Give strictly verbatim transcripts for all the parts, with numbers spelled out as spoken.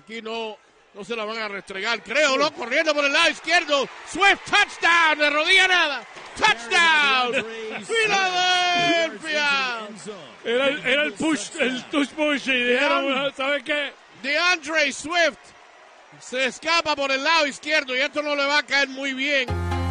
Aquí no, no se la van a restregar, creo, ¿no? Corriendo por el lado izquierdo. Swift, touchdown, de rodilla nada. Touchdown, Filadelfia. Era el, era el push, el touch push y dijeron, ¿sabes qué? DeAndre Swift se escapa por el lado izquierdo y esto no le va a caer muy bien.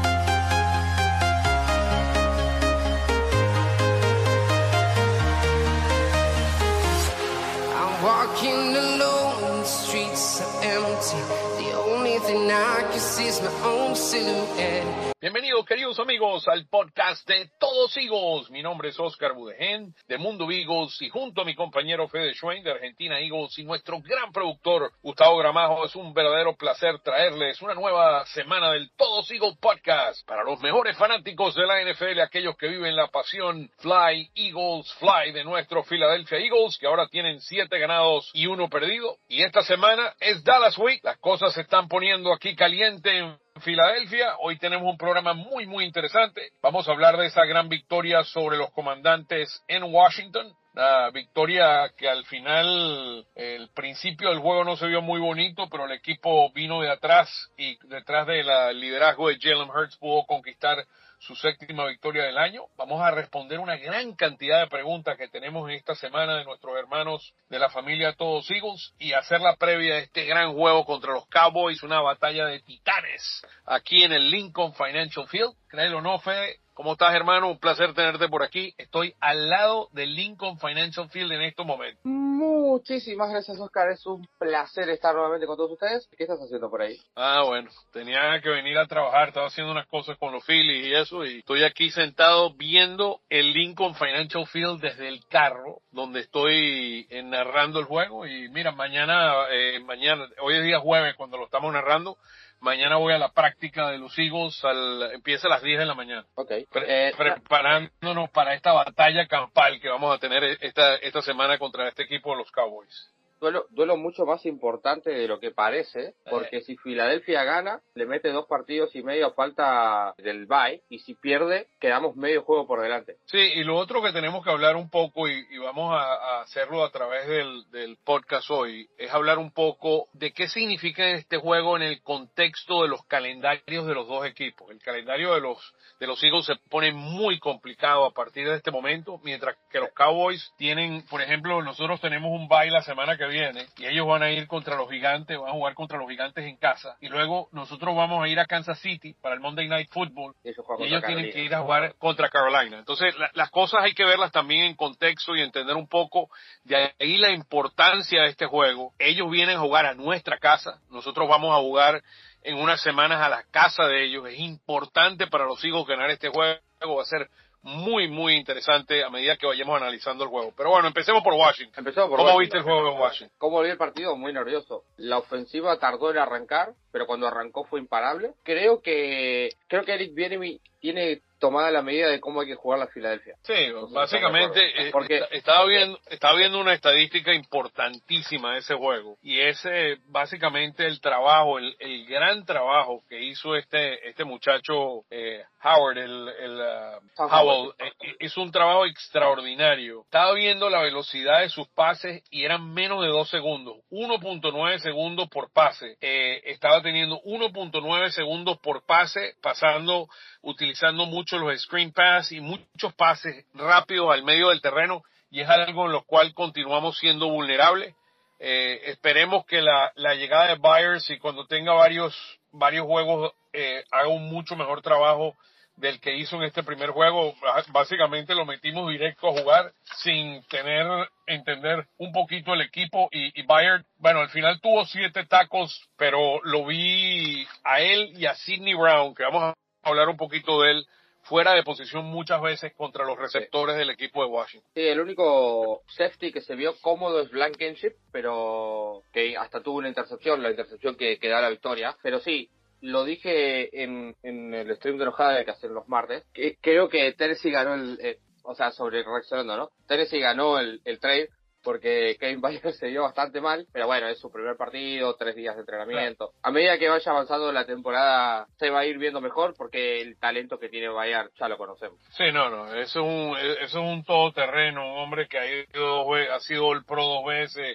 I'm walking alone, the streets are empty. The only thing I can see is my own silhouette. Bienvenidos, queridos amigos, al podcast de Todos Eagles. Mi nombre es Oscar Budegen, de Mundo Eagles, y junto a mi compañero Fede Schwein, de Argentina Eagles, y nuestro gran productor, Gustavo Gramajo, es un verdadero placer traerles una nueva semana del Todos Eagles Podcast. Para los mejores fanáticos de la N F L, aquellos que viven la pasión Fly, Eagles, Fly de nuestro Philadelphia Eagles, que ahora tienen siete ganados y uno perdido. Y esta semana es Dallas Week. Las cosas se están poniendo aquí caliente en Filadelfia. Hoy tenemos un programa muy muy interesante. Vamos a hablar de esa gran victoria sobre los Comandantes en Washington. Una victoria que al final, el principio del juego no se vio muy bonito, pero el equipo vino de atrás y detrás del liderazgo de Jalen Hurts pudo conquistar su séptima victoria del año. Vamos a responder una gran cantidad de preguntas que tenemos en esta semana de nuestros hermanos de la familia Todos Eagles y hacer la previa de este gran juego contra los Cowboys, una batalla de titanes aquí en el Lincoln Financial Field. Créelo o no, Fede, ¿cómo estás, hermano? Un placer tenerte por aquí. Estoy al lado del Lincoln Financial Field en estos momentos. Muchísimas gracias, Oscar. Es un placer estar nuevamente con todos ustedes. ¿Qué estás haciendo por ahí? Ah, bueno, tenía que venir a trabajar. Estaba haciendo unas cosas con los Phillies y eso, y estoy aquí sentado viendo el Lincoln Financial Field desde el carro donde estoy eh, narrando el juego. Y mira, mañana, eh, mañana, hoy es día jueves cuando lo estamos narrando. Mañana voy a la práctica de los Eagles, al, empieza a las diez de la mañana. Okay. Pre- eh, preparándonos para esta batalla campal que vamos a tener esta, esta semana contra este equipo de los Cowboys. Duelo, duelo mucho más importante de lo que parece, porque eh. si Filadelfia gana, le mete dos partidos y medio a falta del bye, y si pierde, quedamos medio juego por delante. Sí, y lo otro que tenemos que hablar un poco, y, y vamos a, a hacerlo a través del, del podcast hoy, es hablar un poco de qué significa este juego en el contexto de los calendarios de los dos equipos. El calendario de los, de los Eagles se pone muy complicado a partir de este momento, mientras que los Cowboys tienen, por ejemplo, nosotros tenemos un bye la semana que viene y ellos van a ir contra los Gigantes, van a jugar contra los Gigantes en casa, y luego nosotros vamos a ir a Kansas City para el Monday Night Football y ellos, y ellos tienen que ir a jugar contra Carolina. Entonces la, las cosas hay que verlas también en contexto y entender un poco de ahí la importancia de este juego. Ellos vienen a jugar a nuestra casa, nosotros vamos a jugar en unas semanas a la casa de ellos. Es importante para los Eagles ganar este juego, va a ser muy, muy interesante a medida que vayamos analizando el juego. Pero bueno, empecemos por Washington. Empecemos por ¿Cómo Washington. viste el juego en Washington? ¿Cómo vi el partido? Muy nervioso. La ofensiva tardó en arrancar, pero cuando arrancó fue imparable. Creo que creo que Eric Bieniemy tiene tomada la medida de cómo hay que jugar la Filadelfia. Sí, no sé básicamente si eh, porque estaba viendo estaba viendo una estadística importantísima de ese juego, y es eh, básicamente el trabajo, el, el gran trabajo que hizo este este muchacho eh, Howard, el, el uh, Howell, eh, hizo un trabajo extraordinario. Estaba viendo la velocidad de sus pases y eran menos de dos segundos, uno punto nueve segundos por pase. Eh, estaba teniendo uno punto nueve segundos por pase, pasando, utilizando mucho los screen pass y muchos pases rápidos al medio del terreno, y es algo en lo cual continuamos siendo vulnerables. Eh, esperemos que la, la llegada de Byers, y cuando tenga varios varios juegos, eh, haga un mucho mejor trabajo del que hizo en este primer juego. Básicamente lo metimos directo a jugar sin tener, entender un poquito el equipo, y, y Byard, bueno, al final tuvo siete tacos, pero lo vi a él y a Sidney Brown, que vamos a hablar un poquito de él, fuera de posición muchas veces contra los receptores del equipo de Washington. Sí, el único safety que se vio cómodo es Blankenship, pero que hasta tuvo una intercepción, la intercepción que, que da la victoria. Pero sí, lo dije en, en el stream de enojada que hacen los martes, que creo que Tennessee ganó el, eh, o sea, sobre reaccionando, ¿no? Tennessee ganó el, el trade porque Kevin Byard se dio bastante mal, pero bueno, es su primer partido, tres días de entrenamiento. Claro. A medida que vaya avanzando la temporada se va a ir viendo mejor, porque el talento que tiene Byard ya lo conocemos. Sí, no, no, eso es un, eso es un todoterreno, un hombre que ha, ido, ha sido el pro dos veces,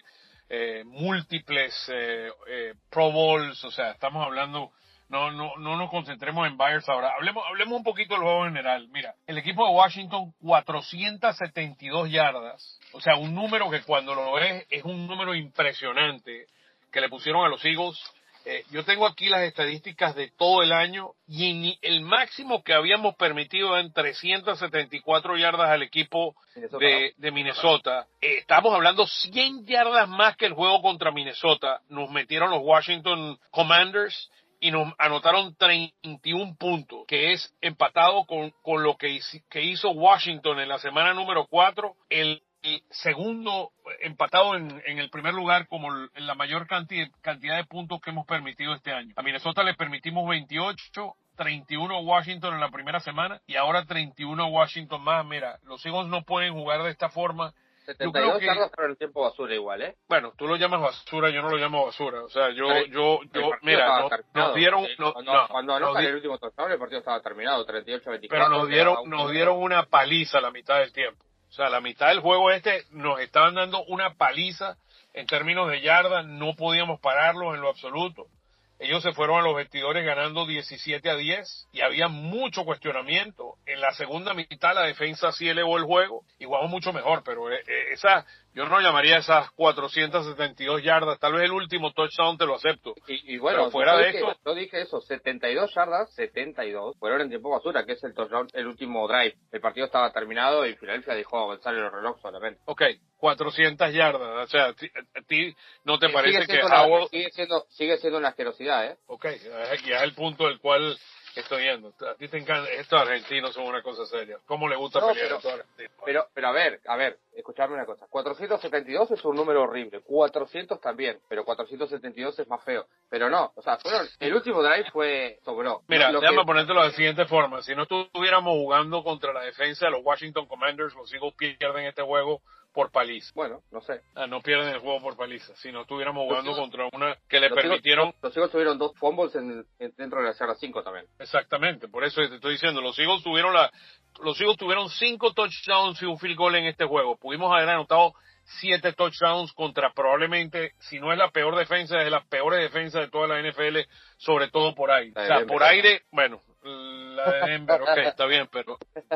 eh, múltiples eh, eh, Pro Bowls, o sea, estamos hablando, no no no nos concentremos en Bears ahora, hablemos hablemos un poquito del juego general. Mira, el equipo de Washington, cuatrocientas setenta y dos yardas, o sea, un número que cuando lo ves es un número impresionante que le pusieron a los Eagles. Eh, yo tengo aquí las estadísticas de todo el año y en el máximo que habíamos permitido en trescientas setenta y cuatro yardas al equipo Minnesota, de, de Minnesota. Eh, estamos hablando cien yardas más que el juego contra Minnesota. Nos metieron los Washington Commanders y nos anotaron treinta y uno puntos, que es empatado con, con lo que hizo, que hizo Washington en la semana número cuatro, el segundo empatado en, en el primer lugar como en la mayor cantidad, cantidad de puntos que hemos permitido este año. A Minnesota le permitimos veintiocho, treinta y uno a Washington en la primera semana y ahora treinta y uno a Washington más. Mira, los Eagles no pueden jugar de esta forma. setenta y dos yardas para el tiempo basura igual, ¿eh? Bueno, tú lo llamas basura, yo no lo llamo basura. O sea, yo, Pero yo, yo, mira, no, nos dieron... Sí, no, cuando no, cuando nos anotan di- el último touchdown, el partido estaba terminado, treinta y ocho a veinticuatro. Pero nos dieron, nos dieron una paliza a la mitad del tiempo. O sea, la mitad del juego este nos estaban dando una paliza en términos de yardas, no podíamos pararlos en lo absoluto. Ellos se fueron a los vestidores ganando diecisiete a diez y había mucho cuestionamiento. En la segunda mitad la defensa sí elevó el juego y jugamos mucho mejor, pero esa, yo no llamaría esas cuatrocientas setenta y dos yardas, tal vez el último touchdown te lo acepto. Y, y bueno, pero fuera yo de dije, esto... yo dije eso, setenta y dos yardas, setenta y dos, fueron en tiempo basura, que es el touchdown, el último drive. El partido estaba terminado y Filadelfia dejó avanzar el reloj solamente. Ok, cuatrocientas yardas, o sea, a ti, a ti no te Sí, parece sigue que siendo, Howard... una, sigue, siendo, sigue siendo una asquerosidad, ¿eh? Ok, ya es el punto del cual estoy yendo. A ti te encanta, estos argentinos son una cosa seria. ¿Cómo le gusta No, pelear pero, a estos argentinos? Pero, pero a ver, a ver, escuchadme una cosa. cuatrocientos setenta y dos es un número horrible. cuatrocientos también, pero cuatrocientos setenta y dos es más feo. Pero no, o sea, fueron, el último drive fue sobró. Mira, Lo déjame que... ponértelo de la siguiente forma. Si no estuviéramos jugando contra la defensa de los Washington Commanders, los Eagles pierden este juego por paliza. Bueno, no sé. Ah, no pierden el juego por paliza. Si no estuviéramos jugando Los contra una que le los permitieron... Eagles, los Eagles tuvieron dos fumbles en, en, dentro de la yarda cinco también. Exactamente, por eso te estoy diciendo, los Eagles tuvieron la, los Eagles tuvieron cinco touchdowns y un field goal en este juego. Pudimos haber anotado siete touchdowns contra probablemente, si no es la peor defensa, es de las peores defensas de toda la N F L, sobre todo por aire. O sea, por aire, bueno, la de Denver, ok, está bien, pero,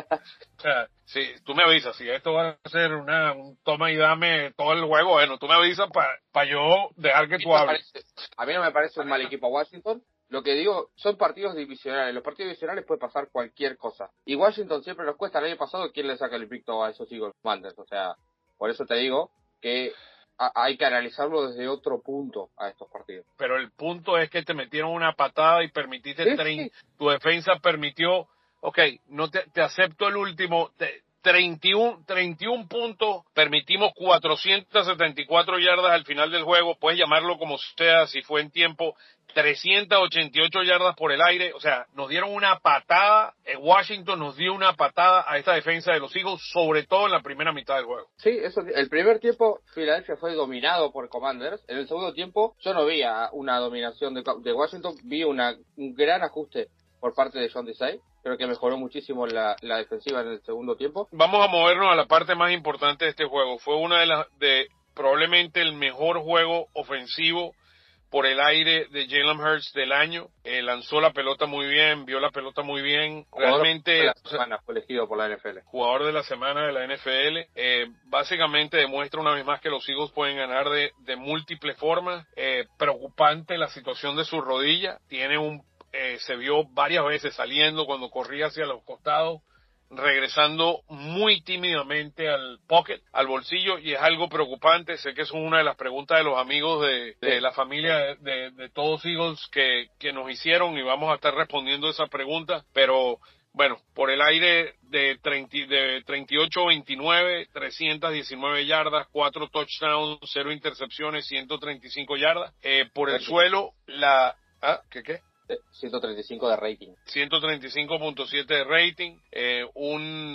o sea, si tú me avisas, si esto va a ser una, un toma y dame todo el juego, bueno, tú me avisas para pa yo dejar que tú hables. A mí no me parece un mal equipo Washington. Lo que digo, son partidos divisionales. Los partidos divisionales puede pasar cualquier cosa. Y Washington siempre nos cuesta. El año pasado, ¿quién le saca el invicto a esos Eagles Commanders? O sea, por eso te digo que a, hay que analizarlo desde otro punto a estos partidos. Pero el punto es que te metieron una patada y permitiste Sí, trein, sí. tu defensa permitió, ok, no te, te acepto el último, te, treinta y uno, treinta y uno puntos, permitimos cuatrocientas setenta y cuatro yardas al final del juego, puedes llamarlo como sea, si fue en tiempo, trescientas ochenta y ocho yardas por el aire, o sea, nos dieron una patada, eh, Washington nos dio una patada a esta defensa de los Eagles, sobre todo en la primera mitad del juego. Sí, eso, el primer tiempo Filadelfia fue dominado por Commanders. En el segundo tiempo yo no vi a una dominación de, de Washington, vi una, un gran ajuste por parte de John Desai. Creo que mejoró muchísimo la, la defensiva en el segundo tiempo. Vamos a movernos a la parte más importante de este juego. Fue una de las de probablemente el mejor juego ofensivo por el aire de Jalen Hurts del año. Eh, lanzó la pelota muy bien, vio la pelota muy bien. Realmente la semana fue elegido por la N F L. Jugador de la semana de la N F L. Eh, básicamente demuestra una vez más que los Eagles pueden ganar de, de múltiples formas. Eh, preocupante la situación de su rodilla. Tiene un Eh, se vio varias veces saliendo cuando corría hacia los costados, regresando muy tímidamente al pocket, al bolsillo, y es algo preocupante. Sé que es una de las preguntas de los amigos de, de la familia de, de, de todos Eagles que, que nos hicieron, y vamos a estar respondiendo esa pregunta, pero bueno, por el aire de, treinta, de treinta y ocho a veintinueve, trescientas diecinueve yardas, cuatro touchdowns, cero intercepciones, ciento treinta y cinco yardas. Eh, por el suelo, la... ¿Ah? ¿Qué qué? ciento treinta y cinco de rating. ciento treinta y cinco punto siete de rating, eh, un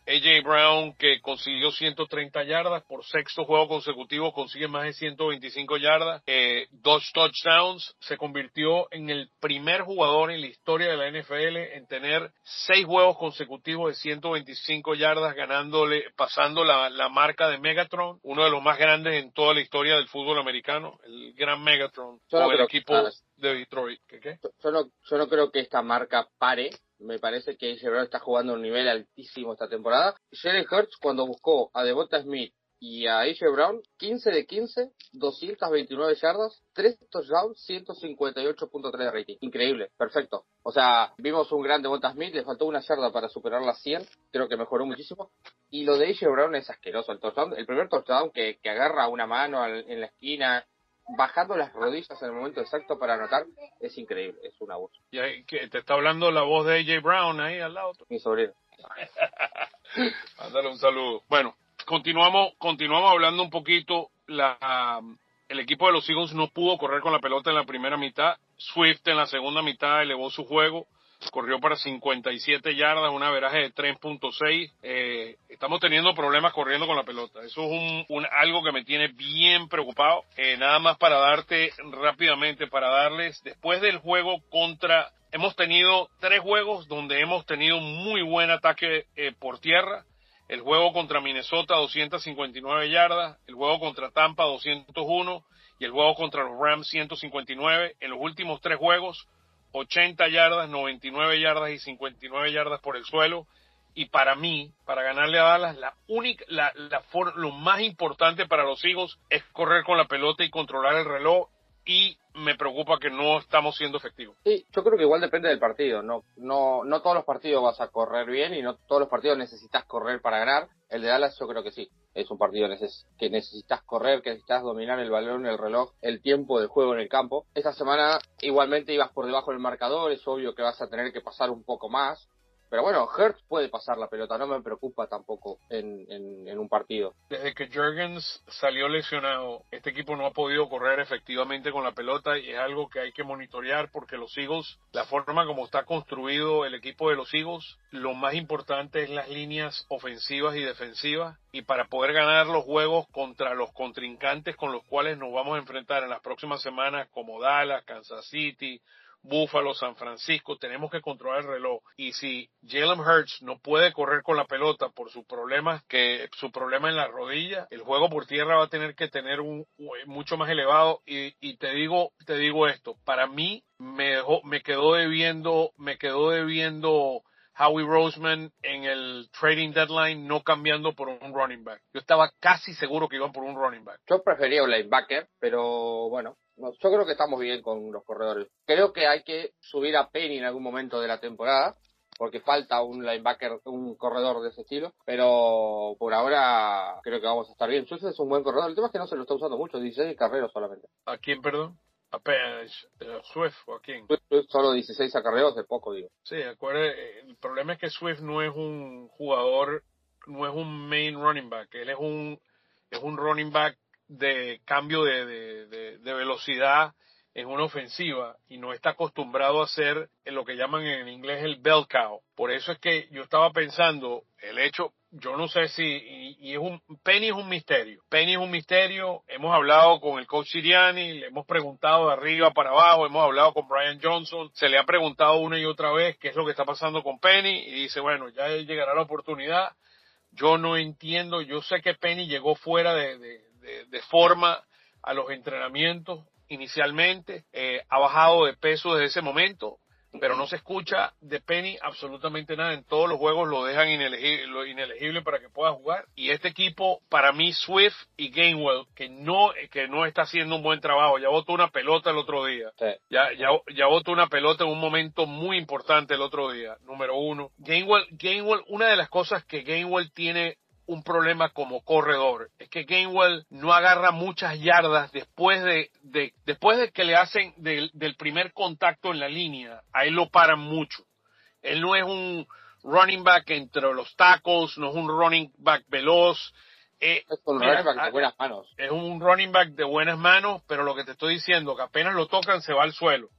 A J Brown, que consiguió ciento treinta yardas, por sexto juego consecutivo consigue más de ciento veinticinco yardas, eh, dos touchdowns, se convirtió en el primer jugador en la historia de la N F L en tener seis juegos consecutivos de ciento veinticinco yardas, ganándole, pasando la, la marca de Megatron, uno de los más grandes en toda la historia del fútbol americano, el gran Megatron, Yo o el creo- equipo ah, de Detroit. ¿Qué, qué? Yo no, yo no creo que esta marca pare. Me parece que A J Brown está jugando a un nivel altísimo esta temporada. Jalen Hurts, cuando buscó a Devonta Smith y a A J Brown, quince de quince, doscientas veintinueve yardas, tres touchdowns, ciento cincuenta y ocho punto tres de rating. Increíble, perfecto. O sea, vimos un gran Devonta Smith, le faltó una yarda para superar las cien, creo que mejoró muchísimo. Y lo de A J Brown es asqueroso. El touchdown, el primer touchdown que, que agarra una mano al- en la esquina, bajando las rodillas en el momento exacto para anotar, es increíble, es un abuso. Y ahí, que te está hablando la voz de A J Brown ahí al lado. Mi sobrino. Mándale un saludo. Bueno, continuamos, continuamos hablando un poquito. La, um, el equipo de los Eagles no pudo correr con la pelota en la primera mitad. Swift en la segunda mitad elevó su juego. Corrió para cincuenta y siete yardas, un averaje de tres punto seis. Eh, estamos teniendo problemas corriendo con la pelota. Eso es un, un algo que me tiene bien preocupado. Eh, nada más para darte rápidamente, para darles, después del juego contra, hemos tenido tres juegos donde hemos tenido muy buen ataque eh, por tierra. El juego contra Minnesota, doscientas cincuenta y nueve yardas. El juego contra Tampa, doscientos uno. Y el juego contra los Rams, ciento cincuenta y nueve. En los últimos tres juegos, ochenta yardas, noventa y nueve yardas y cincuenta y nueve yardas por el suelo. Y para mí, para ganarle a Dallas, la única, la, la for, lo más importante para los Eagles es correr con la pelota y controlar el reloj. Y me preocupa que no estamos siendo efectivos. Sí, yo creo que igual depende del partido. No, no, no todos los partidos vas a correr bien y no todos los partidos necesitas correr para ganar. El de Dallas yo creo que sí. Es un partido neces- que necesitas correr, que necesitas dominar el balón, el reloj, el tiempo de juego en el campo. Esta semana igualmente ibas por debajo del marcador, es obvio que vas a tener que pasar un poco más. Pero bueno, Hurts puede pasar la pelota, no me preocupa tampoco en, en, en un partido. Desde que Jurgens salió lesionado, este equipo no ha podido correr efectivamente con la pelota y es algo que hay que monitorear porque los Eagles, la forma como está construido el equipo de los Eagles, lo más importante es las líneas ofensivas y defensivas, y para poder ganar los juegos contra los contrincantes con los cuales nos vamos a enfrentar en las próximas semanas, como Dallas, Kansas City, Buffalo, San Francisco, tenemos que controlar el reloj. Y si Jalen Hurts no puede correr con la pelota por sus problemas, que su problema en la rodilla, el juego por tierra va a tener que tener un, un mucho más elevado. Y, y te digo, te digo esto, para mí me dejó, me quedó debiendo, me quedó debiendo Howie Roseman en el trading deadline, no cambiando por un running back. Yo estaba casi seguro que iban por un running back. Yo prefería un linebacker, pero bueno, no, yo creo que estamos bien con los corredores. Creo que hay que subir a Penny en algún momento de la temporada, porque falta un linebacker, un corredor de ese estilo, pero por ahora creo que vamos a estar bien. Swift es un buen corredor, el tema es que no se lo está usando mucho, dieciséis carreros solamente. ¿A quién, perdón? Apenas, uh, Swift o a quién. Swift solo dieciséis acarreos de poco, digo. Sí, acuerde, el problema es que Swift no es un jugador, no es un main running back, él es un es un running back de cambio de, de, de, de velocidad en una ofensiva y no está acostumbrado a hacer lo que llaman en inglés el bell cow. Por eso es que yo estaba pensando, el hecho, yo no sé si, y, y es un, Penny es un misterio, Penny es un misterio, hemos hablado con el coach Sirianni, le hemos preguntado de arriba para abajo, hemos hablado con Brian Johnson, se le ha preguntado una y otra vez qué es lo que está pasando con Penny y dice, bueno, ya llegará la oportunidad. Yo no entiendo, yo sé que Penny llegó fuera de, de, de, de forma a los entrenamientos inicialmente, eh, ha bajado de peso desde ese momento, pero no se escucha de Penny absolutamente nada. En todos los juegos lo dejan inelegible, lo inelegible para que pueda jugar. Y este equipo, para mí, Swift y Gainwell, que no que no está haciendo un buen trabajo. Ya botó una pelota el otro día. Sí. Ya, ya, ya botó una pelota en un momento muy importante el otro día, número uno. Gainwell, Gainwell, una de las cosas que Gainwell tiene un problema como corredor es que Gainwell no agarra muchas yardas después de, de después de que le hacen del, del primer contacto en la línea. A él lo paran mucho. Él no es un running back entre los tackles, no es un running back veloz. Eh, Es un mira, running back de buenas manos. Es un running back de buenas manos, pero lo que te estoy diciendo, que apenas lo tocan se va al suelo.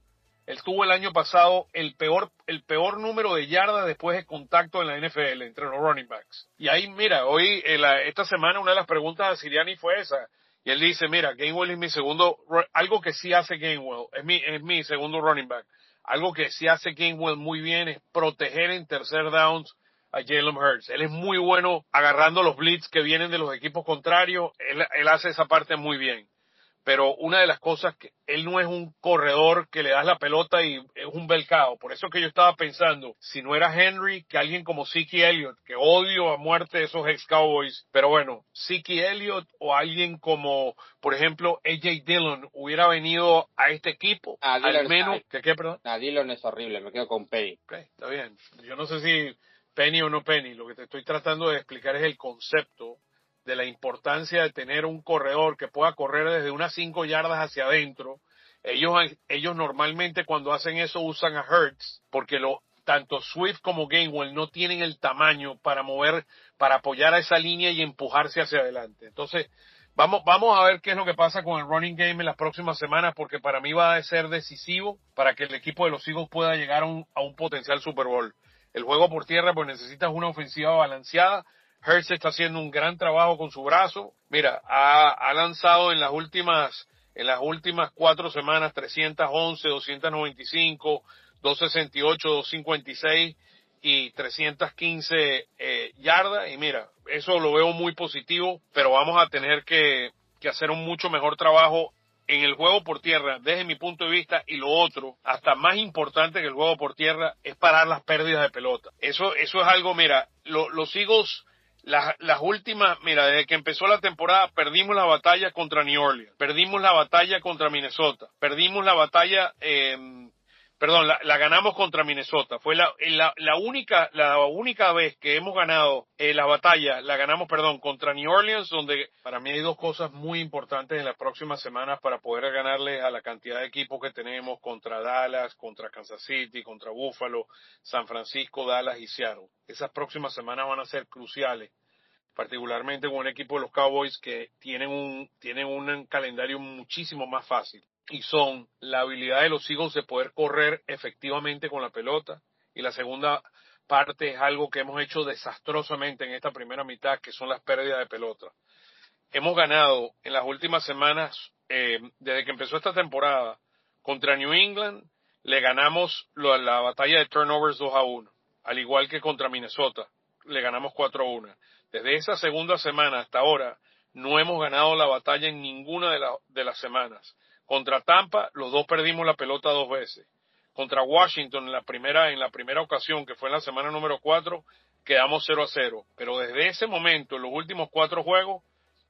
Él tuvo el año pasado el peor el peor número de yardas después de contacto en la N F L entre los running backs. Y ahí, mira, hoy, en la, esta semana, una de las preguntas a Sirianni fue esa. Y él dice, mira, Gainwell es mi segundo, algo que sí hace Gainwell, es mi, es mi segundo running back. Algo que sí hace Gainwell muy bien es proteger en tercer downs a Jalen Hurts. Él es muy bueno agarrando los blitz que vienen de los equipos contrarios. Él, él hace esa parte muy bien. Pero una de las cosas que él no es un corredor que le das la pelota y es un belcao. Por eso que yo estaba pensando, si no era Henry, que alguien como Zeke Elliott, que odio a muerte esos ex-Cowboys, pero bueno, Zeke Elliott o alguien como, por ejemplo, A J Dillon hubiera venido a este equipo, ah, al menos, ¿qué qué, perdón? Ah, Dillon es horrible, me quedo con Penny. Ok, está bien. Yo no sé si Penny o no Penny, lo que te estoy tratando de explicar es el concepto de la importancia de tener un corredor que pueda correr desde unas cinco yardas hacia adentro. Ellos, ellos normalmente cuando hacen eso usan a Hurts, porque lo, tanto Swift como Gainwell no tienen el tamaño para mover, para apoyar a esa línea y empujarse hacia adelante. Entonces, vamos, vamos a ver qué es lo que pasa con el running game en las próximas semanas, porque para mí va a ser decisivo para que el equipo de los Eagles pueda llegar a un, a un potencial Super Bowl. El juego por tierra, pues necesitas una ofensiva balanceada. Hurts está haciendo un gran trabajo con su brazo. Mira, ha, ha lanzado en las últimas en las últimas cuatro semanas trescientos once, doscientos noventa y cinco, doscientos sesenta y ocho, doscientos cincuenta y seis y trescientos quince eh, yardas. Y mira, eso lo veo muy positivo, pero vamos a tener que, que hacer un mucho mejor trabajo en el juego por tierra, desde mi punto de vista. Y lo otro, hasta más importante que el juego por tierra, es parar las pérdidas de pelota. Eso, eso es algo, mira, lo, los Eagles... Las, las últimas, mira, desde que empezó la temporada perdimos la batalla contra New Orleans, perdimos la batalla contra Minnesota, perdimos la batalla, eh, perdón, la, la ganamos contra Minnesota. Fue la, la, la única la única vez que hemos ganado eh, la batalla, la ganamos, perdón, contra New Orleans, donde para mí hay dos cosas muy importantes en las próximas semanas para poder ganarle a la cantidad de equipos que tenemos contra Dallas, contra Kansas City, contra Buffalo, San Francisco, Dallas y Seattle. Esas próximas semanas van a ser cruciales, particularmente con un equipo de los Cowboys que tienen un, tienen un calendario muchísimo más fácil. Y son la habilidad de los Eagles de poder correr efectivamente con la pelota. Y la segunda parte es algo que hemos hecho desastrosamente en esta primera mitad, que son las pérdidas de pelota. Hemos ganado en las últimas semanas, eh, desde que empezó esta temporada, contra New England, le ganamos lo, la batalla de turnovers dos a uno, al igual que contra Minnesota, le ganamos cuatro a uno. Desde esa segunda semana hasta ahora, no hemos ganado la batalla en ninguna de, la, de las semanas. Contra Tampa, los dos perdimos la pelota dos veces. Contra Washington, en la primera, en la primera ocasión, que fue en la semana número cuatro, quedamos cero a cero. Pero desde ese momento, en los últimos cuatro juegos,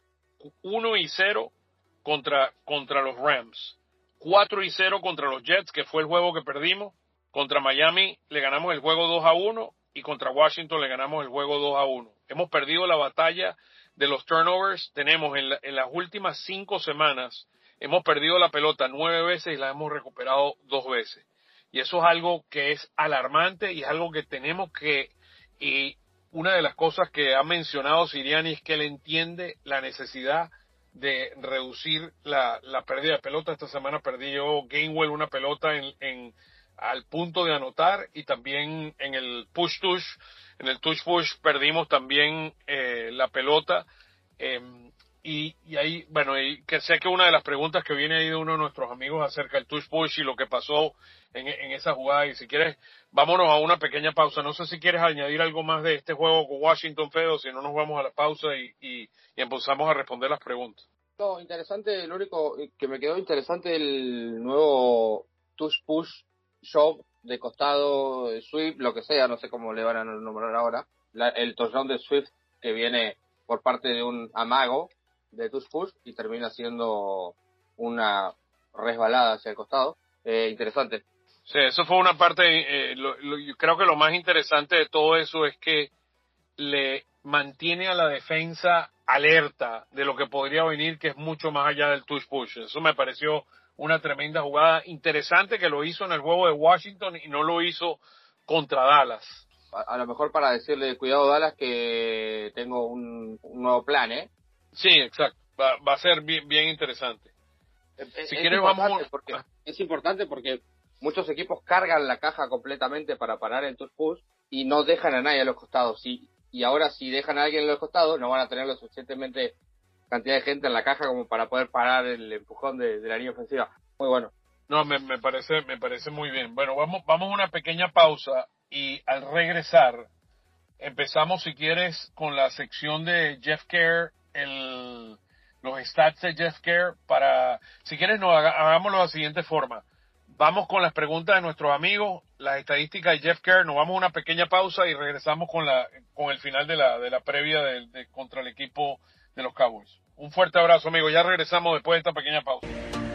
uno y cero contra, contra los Rams. cuatro y cero contra los Jets, que fue el juego que perdimos. Contra Miami le ganamos el juego dos a uno y contra Washington le ganamos el juego dos a uno. Hemos perdido la batalla de los turnovers. Tenemos en, la, en las últimas cinco semanas, hemos perdido la pelota nueve veces y la hemos recuperado dos veces. Y eso es algo que es alarmante y es algo que tenemos que... Y una de las cosas que ha mencionado Sirianni es que él entiende la necesidad de reducir la, la pérdida de pelota. Esta semana perdió yo Gainwell una pelota en, en al punto de anotar y también en el push-tush, en el touch-push perdimos también eh, la pelota. Eh, y, y ahí, bueno, y que sé que una de las preguntas que viene ahí de uno de nuestros amigos acerca del touch-push y lo que pasó en, en esa jugada, y si quieres, vámonos a una pequeña pausa. No sé si quieres añadir algo más de este juego con Washington, Fede, o si no nos vamos a la pausa y, y, y empezamos a responder las preguntas. No, interesante, lo único que me quedó interesante el nuevo touch-push shove de costado, de sweep, lo que sea, no sé cómo le van a nombrar ahora, la, el touchdown de Swift que viene por parte de un amago de touch-push y termina siendo una resbalada hacia el costado. Eh, interesante. Sí, eso fue una parte, eh, lo, lo, yo creo que lo más interesante de todo eso es que le mantiene a la defensa alerta de lo que podría venir, que es mucho más allá del touch-push. Eso me pareció una tremenda jugada, interesante que lo hizo en el juego de Washington y no lo hizo contra Dallas. A, a lo mejor para decirle, cuidado Dallas, que tengo un, un nuevo plan, ¿eh? Sí, exacto. Va, va a ser bien, bien interesante. Es, si es quieres importante vamos... Porque, es importante porque muchos equipos cargan la caja completamente para parar el touch push y no dejan a nadie a los costados. Y, y ahora si dejan a alguien a los costados, no van a tener lo suficientemente cantidad de gente en la caja como para poder parar el empujón de, de la línea ofensiva. Muy bueno. No, me, me parece me parece muy bien. Bueno, vamos vamos a una pequeña pausa y al regresar empezamos, si quieres, con la sección de Jeff Kerr, el, los stats de Jeff Kerr. Para, si quieres, no, hagámoslo de la siguiente forma. Vamos con las preguntas de nuestros amigos, las estadísticas de Jeff Kerr. Nos vamos a una pequeña pausa y regresamos con la con el final de la de la previa de, de contra el equipo de los Cowboys. Un fuerte abrazo, amigos. Ya regresamos después de esta pequeña pausa.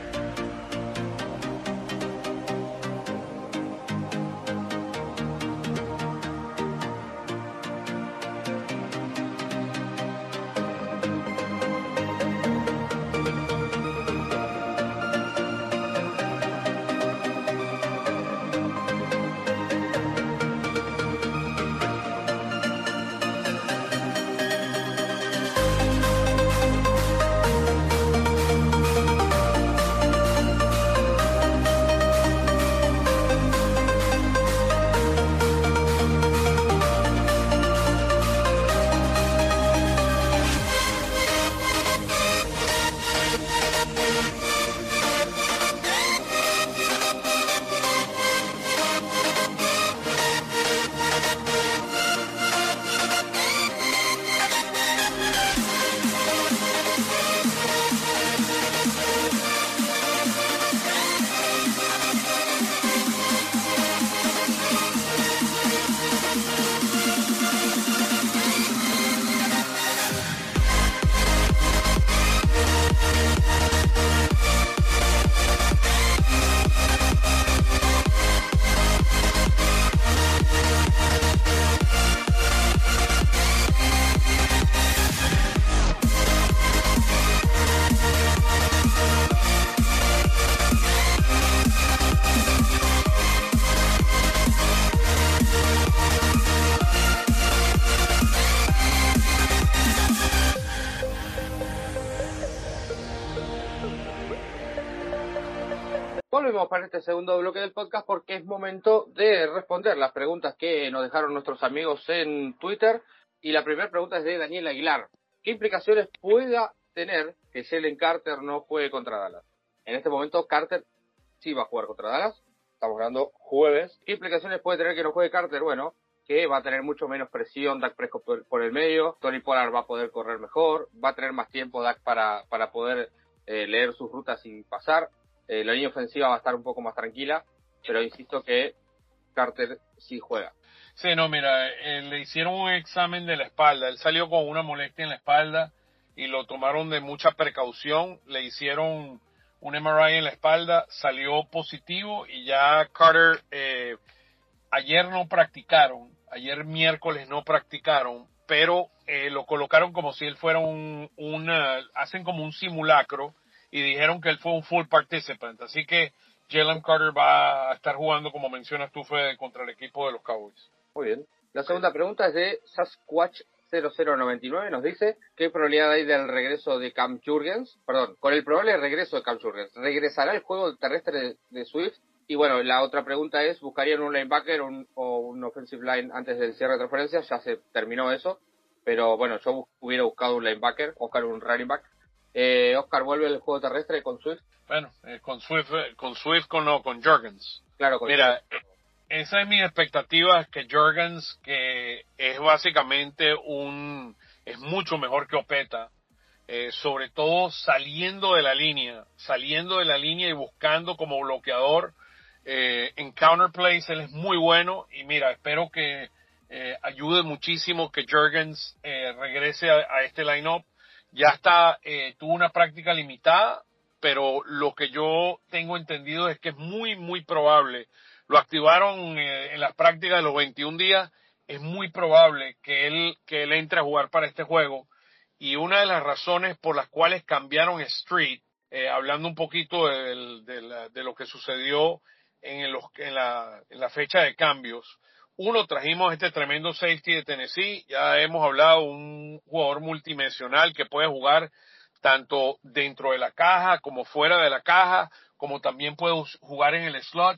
Volvemos para este segundo bloque del podcast porque es momento de responder las preguntas que nos dejaron nuestros amigos en Twitter. Y la primera pregunta es de Daniel Aguilar. ¿Qué implicaciones pueda tener que Jalen Carter no juegue contra Dallas? En este momento Carter sí va a jugar contra Dallas. Estamos hablando jueves. ¿Qué implicaciones puede tener que no juegue Carter? Bueno, que va a tener mucho menos presión Dak Prescott por, por el medio. Tony Pollard va a poder correr mejor. Va a tener más tiempo Dak para, para poder eh, leer sus rutas y pasar. Eh, la línea ofensiva va a estar un poco más tranquila, pero insisto que Carter sí juega. Sí, no, mira, eh, le hicieron un examen de la espalda. Él salió con una molestia en la espalda y lo tomaron de mucha precaución. Le hicieron un M R I en la espalda, salió positivo y ya Carter, eh, ayer no practicaron, ayer miércoles no practicaron, pero eh, lo colocaron como si él fuera un, una, hacen como un simulacro y dijeron que él fue un full participant. Así que Jalen Carter va a estar jugando, como mencionas tú, Fede, contra el equipo de los Cowboys. Muy bien. La segunda pregunta es de Sasquatch cero cero noventa y nueve. Nos dice, ¿qué probabilidad hay del regreso de Cam Jurgens? Perdón, con el probable regreso de Cam Jurgens, ¿regresará el juego terrestre de, de Swift? Y bueno, la otra pregunta es, ¿buscarían un linebacker un, o un offensive line antes del cierre de transferencias? Ya se terminó eso. Pero bueno, yo hubiera buscado un linebacker, buscar un running back. Eh, Oscar, ¿vuelve el juego terrestre con Swift? Bueno, eh, con Swift, eh, con Swift, con, no, con Jurgens. Claro, con Mira, Swift. Esa es mi expectativa, que Jurgens, que es básicamente un, es mucho mejor que Opeta, eh, sobre todo saliendo de la línea, saliendo de la línea y buscando como bloqueador, eh, en counterplays él es muy bueno, y mira, espero que eh, ayude muchísimo que Jurgens eh, regrese a, a este line-up. Ya está, eh, tuvo una práctica limitada, pero lo que yo tengo entendido es que es muy, muy probable. Lo activaron eh, en las prácticas de los veintiún días. Es muy probable que él, que él entre a jugar para este juego. Y una de las razones por las cuales cambiaron Street, eh, hablando un poquito de, de, la, de lo que sucedió en, los, en, la, en la fecha de cambios. Uno, trajimos este tremendo safety de Tennessee. Ya hemos hablado, un jugador multidimensional que puede jugar tanto dentro de la caja como fuera de la caja, como también puede jugar en el slot.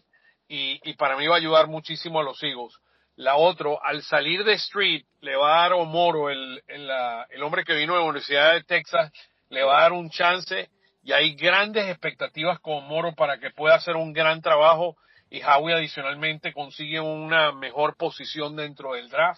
y, y para mí va a ayudar muchísimo a los Eagles. La otra, al salir de Street, le va a dar a Moro, el, el, la, el hombre que vino de la Universidad de Texas, le va a dar un chance, y hay grandes expectativas con Moro para que pueda hacer un gran trabajo, y Howie adicionalmente consigue una mejor posición dentro del draft,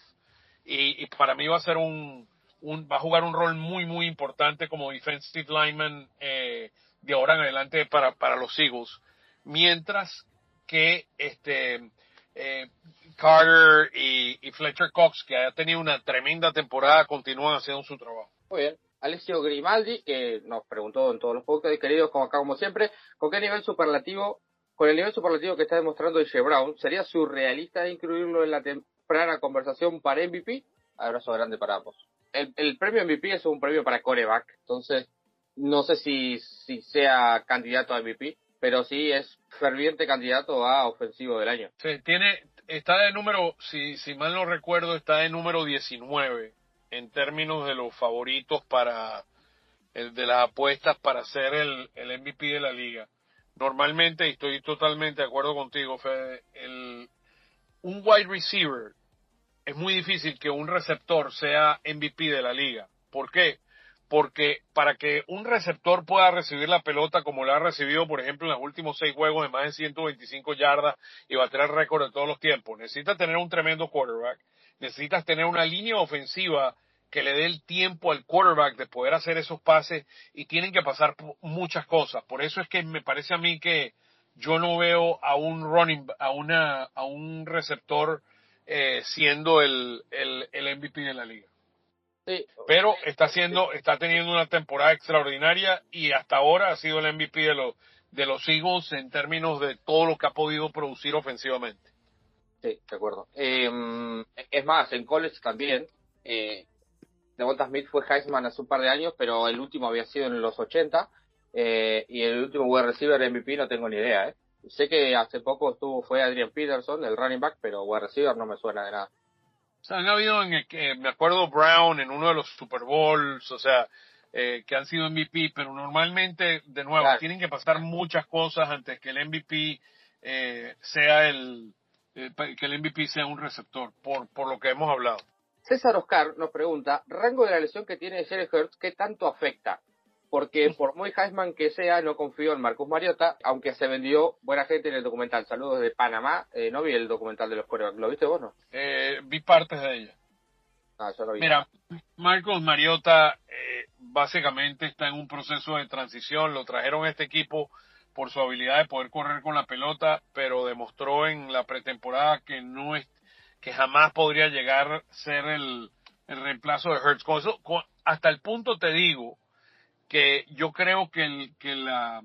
y, y para mí va a ser un, un, va a jugar un rol muy, muy importante como defensive lineman eh, de ahora en adelante para, para los Eagles, mientras que este eh, Carter y, y Fletcher Cox, que ha tenido una tremenda temporada, continúan haciendo su trabajo. Muy bien. Alessio Grimaldi, que nos preguntó en todos los podcasts, queridos, como acá como siempre, ¿con qué nivel superlativo, con el nivel superlativo que está demostrando A J Brown, sería surrealista incluirlo en la temprana conversación para M V P? Abrazo grande para ambos. El, el premio M V P es un premio para quarterback, entonces no sé si, si sea candidato a M V P, pero sí es ferviente candidato a ofensivo del año. Sí, tiene, está de número, si, si mal no recuerdo, está de número diecinueve en términos de los favoritos para el de las apuestas para ser el, el M V P de la liga. Normalmente, y estoy totalmente de acuerdo contigo, Fede, el, un wide receiver es muy difícil que un receptor sea M V P de la liga. ¿Por qué? Porque para que un receptor pueda recibir la pelota como la ha recibido, por ejemplo, en los últimos seis juegos de más de ciento veinticinco yardas y bater el récord de todos los tiempos, necesitas tener un tremendo quarterback, necesitas tener una línea ofensiva que le dé el tiempo al quarterback de poder hacer esos pases, y tienen que pasar muchas cosas. Por eso es que me parece a mí que yo no veo a un running, a una, a un receptor eh, siendo el, el, el M V P de la liga. Sí. Pero está haciendo, está teniendo una temporada extraordinaria, y hasta ahora ha sido el M V P de los, de los Eagles en términos de todo lo que ha podido producir ofensivamente. Sí, de acuerdo. Eh, es más, en college también, eh, Devonta Smith fue Heisman hace un par de años, pero el último había sido en los ochenta, eh, y el último wide receiver M V P no tengo ni idea, eh. Sé que hace poco estuvo, fue Adrian Peterson, el running back, pero wide receiver no me suena de nada. O sea, han habido, en el que, me acuerdo, Brown en uno de los Super Bowls, o sea, eh, que han sido M V P, pero normalmente, de nuevo, claro, tienen que pasar muchas cosas antes que el M V P eh, sea el, eh, que el M V P sea un receptor, por, por lo que hemos hablado. César Oscar nos pregunta, rango de la lesión que tiene Jalen Hurts, ¿qué tanto afecta? Porque por muy Heisman que sea, no confío en Marcus Mariota, aunque se vendió buena gente en el documental. Saludos de Panamá. Eh, no vi el documental de los quarterbacks. ¿Lo viste vos, no? Eh, vi partes de ella. Ah, yo lo vi. Mira, Marcus Mariota eh, básicamente está en un proceso de transición. Lo trajeron a este equipo por su habilidad de poder correr con la pelota, pero demostró en la pretemporada que no es, que jamás podría llegar a ser el, el reemplazo de Hurts. Con eso, con, hasta el punto te digo que yo creo que el que la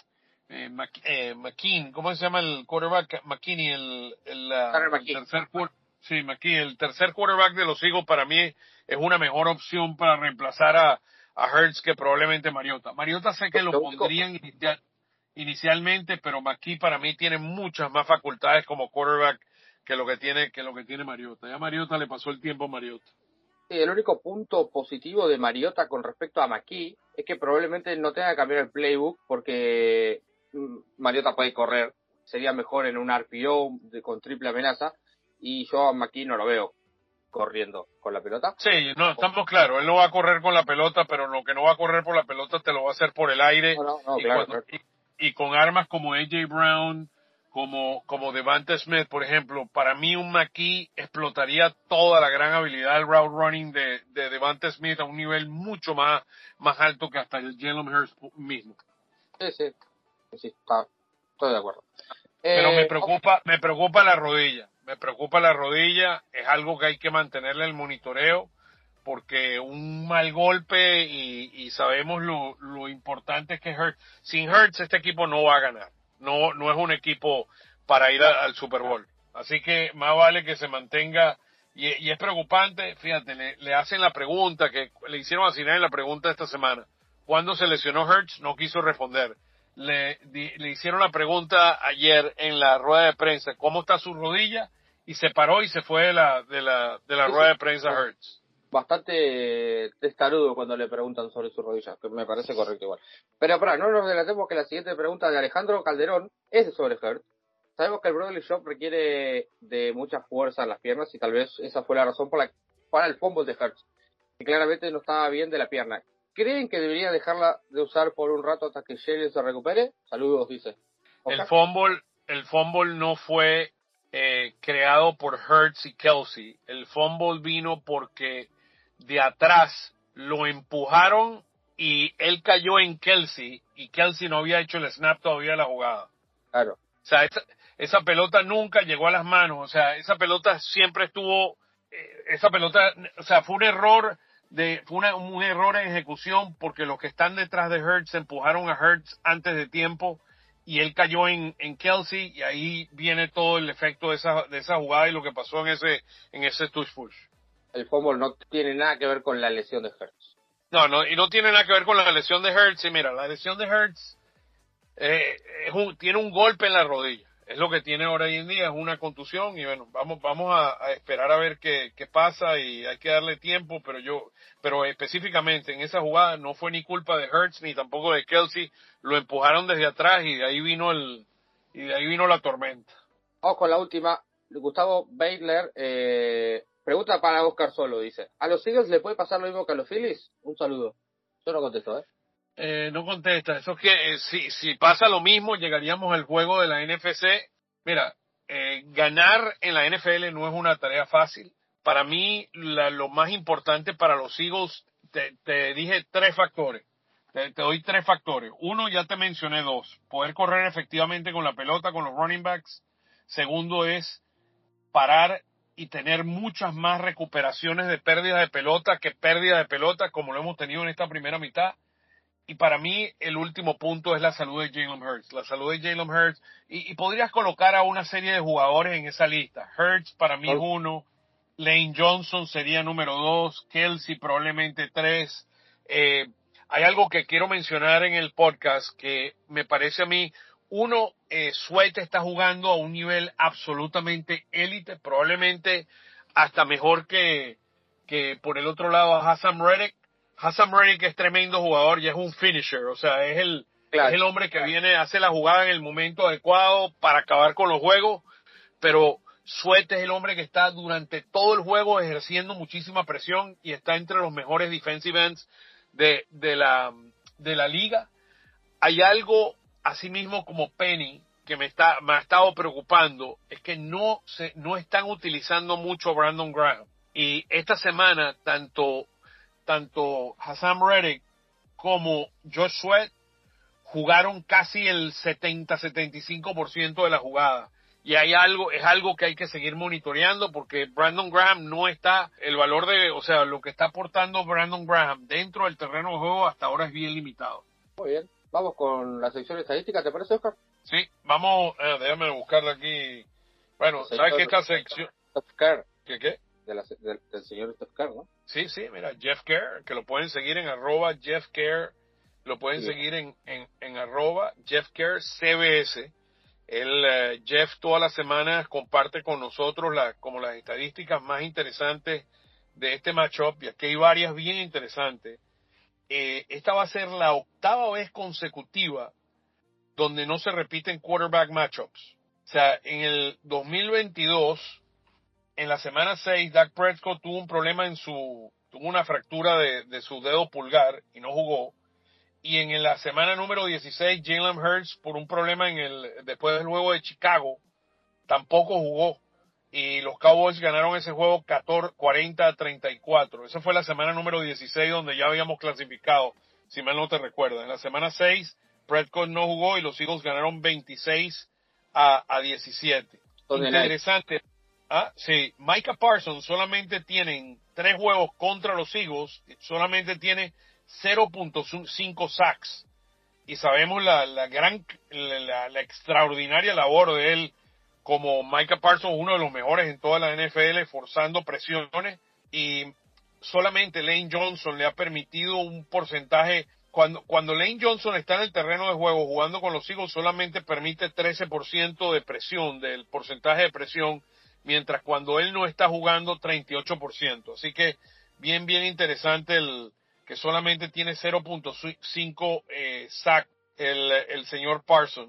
eh, eh, McKean, ¿cómo se llama el quarterback? McKinney, el, el, el, el tercer sí, McKean, el tercer quarterback de los Eagles para mí es una mejor opción para reemplazar a, a Hurts que probablemente Mariota. Mariota sé que lo pondrían inicial, inicialmente, pero McKean para mí tiene muchas más facultades como quarterback que lo que tiene que lo que tiene Mariota. Ya Mariota le pasó el tiempo a Mariota. Sí, el único punto positivo de Mariota con respecto a McKee es que probablemente no tenga que cambiar el playbook porque Mariota puede correr. Sería mejor en un R P O de, con triple amenaza, y yo a McKee no lo veo corriendo con la pelota. Sí, no, estamos claros. Él no va a correr con la pelota, pero lo que no va a correr por la pelota te lo va a hacer por el aire. No, no, no, y, claro, cuando, claro. Y, y con armas como A J Brown, como como Devonta Smith, por ejemplo, para mí un McKee explotaría toda la gran habilidad del route running de, de Devonta Smith a un nivel mucho más, más alto que hasta el Jalen Hurts mismo. Sí, sí, sí, está, estoy de acuerdo. Pero eh, me preocupa, okay. me preocupa la rodilla, me preocupa la rodilla, es algo que hay que mantenerle el monitoreo, porque un mal golpe y, y sabemos lo, lo importante que es Hurts. Sin Hurts este equipo no va a ganar. No, no es un equipo para ir a, al Super Bowl. Así que más vale que se mantenga. Y, y es preocupante, fíjate, le, le hacen la pregunta, que le hicieron a Sinai la pregunta esta semana. ¿Cuándo se lesionó Hurts? No quiso responder. Le, di, le hicieron la pregunta ayer en la rueda de prensa, ¿cómo está su rodilla? Y se paró y se fue de la, de la, de la rueda de prensa Hurts. Bastante testarudo cuando le preguntan sobre su rodilla, que me parece correcto igual. Pero para no nos delatemos, que la siguiente pregunta de Alejandro Calderón es sobre Hurts. sabemos que el Brotherly Shove requiere de mucha fuerza en las piernas y tal vez esa fue la razón por la, para el fumble de Hurts, que claramente no estaba bien de la pierna. ¿Creen que debería dejarla de usar por un rato hasta que Shelley se recupere? Saludos, dice. El fumble, el fumble no fue eh, creado por Hurts y Kelce. El fumble vino porque de atrás lo empujaron y él cayó en Kelce y Kelce no había hecho el snap todavía de la jugada. Claro. O sea, esa, esa pelota nunca llegó a las manos. O sea, esa pelota siempre estuvo, eh, esa pelota, o sea, fue un error de, fue una, un error en ejecución porque los que están detrás de Hurts empujaron a Hurts antes de tiempo y él cayó en, en Kelce y ahí viene todo el efecto de esa, de esa jugada y lo que pasó en ese, en ese touch push. El fumble no tiene nada que ver con la lesión de Hurts. No, no, y no tiene nada que ver con la lesión de Hurts. Y mira, la lesión de Hurts eh, es un, tiene un golpe en la rodilla. Es lo que tiene ahora hoy en día, es una contusión. Y bueno, vamos vamos a, a esperar a ver qué, qué pasa y hay que darle tiempo. Pero yo, pero específicamente en esa jugada no fue ni culpa de Hurts ni tampoco de Kelce. Lo empujaron desde atrás y de ahí vino el y de ahí vino la tormenta. Vamos con la última. Gustavo Baitler, eh, pregunta para Oscar Solo, dice. ¿A los Eagles le puede pasar lo mismo que a los Phillies? Un saludo. Yo no contesto, ¿eh? Eh, no contesta. Eso es que eh, si, si pasa lo mismo, llegaríamos al juego de la N F C. Mira, eh, ganar en la N F L no es una tarea fácil. Para mí, la, lo más importante para los Eagles, te, te dije tres factores. Te, te doy tres factores. Uno, ya te mencioné dos. Poder correr efectivamente con la pelota, con los running backs. Segundo es parar y tener muchas más recuperaciones de pérdida de pelota que pérdida de pelota, como lo hemos tenido en esta primera mitad. Y para mí, el último punto es la salud de Jalen Hurts. La salud de Jalen Hurts. Y, y podrías colocar a una serie de jugadores en esa lista. Hurts para mí es uno. Lane Johnson sería número dos. Kelce probablemente tres. Eh, hay algo que quiero mencionar en el podcast que me parece a mí. Uno, eh, Sweat está jugando a un nivel absolutamente élite. Probablemente hasta mejor que, que por el otro lado a Hassan Reddick. Hassan Reddick es tremendo jugador y es un finisher, o sea, es el, claro, es el hombre que claro. viene, hace la jugada en el momento adecuado para acabar con los juegos, pero Sweat es el hombre que está durante todo el juego ejerciendo muchísima presión y está entre los mejores defensive ends de, de, la, de la liga. Hay algo, así mismo como Penny, que me, está, me ha estado preocupando, es que no, se, no están utilizando mucho a Brandon Graham. Y esta semana, tanto... tanto Hassan Reddick como Josh Sweat jugaron casi el setenta a setenta y cinco por ciento de la jugada. Y hay algo, es algo que hay que seguir monitoreando porque Brandon Graham no está, el valor de, o sea, lo que está aportando Brandon Graham dentro del terreno de juego hasta ahora es bien limitado. Muy bien. Vamos con la sección estadística, ¿te parece, Oscar? Sí, vamos, eh, déjame buscarla aquí. Bueno, ¿sabes qué esta sección? ¿Qué qué? De la, del, del señor Steph Kerr, ¿no? Sí, sí, mira, Jeff Kerr, que lo pueden seguir en arroba Jeff Kerr, lo pueden sí. seguir en, en, en arroba Jeff Kerr C B S. Él, uh, Jeff todas las semanas comparte con nosotros la, como las estadísticas más interesantes de este matchup, y aquí hay varias bien interesantes. Eh, esta va a ser la octava vez consecutiva donde no se repiten quarterback matchups. O sea, en el dos mil veintidós, en la semana seis, Dak Prescott tuvo un problema en su, tuvo una fractura de, de su dedo pulgar y no jugó. Y en la semana número dieciséis, Jalen Hurts, por un problema en el, después del juego de Chicago, tampoco jugó. Y los Cowboys ganaron ese juego cuarenta a treinta y cuatro. Esa fue la semana número dieciséis donde ya habíamos clasificado, si mal no te recuerdas. En la semana seis, Prescott no jugó y los Eagles ganaron veintiséis a diecisiete. Interesante. Ah, sí, Micah Parsons solamente tiene tres juegos contra los Eagles, solamente tiene cero punto cinco sacks. Y sabemos la, la gran, la, la extraordinaria labor de él como Micah Parsons, uno de los mejores en toda la N F L, forzando presiones. Y solamente Lane Johnson le ha permitido un porcentaje. Cuando, cuando Lane Johnson está en el terreno de juego jugando con los Eagles, solamente permite trece por ciento de presión, del porcentaje de presión, mientras cuando él no está jugando, treinta y ocho por ciento. Así que bien, bien interesante el que solamente tiene cero punto cinco eh, sack el, el señor Parsons.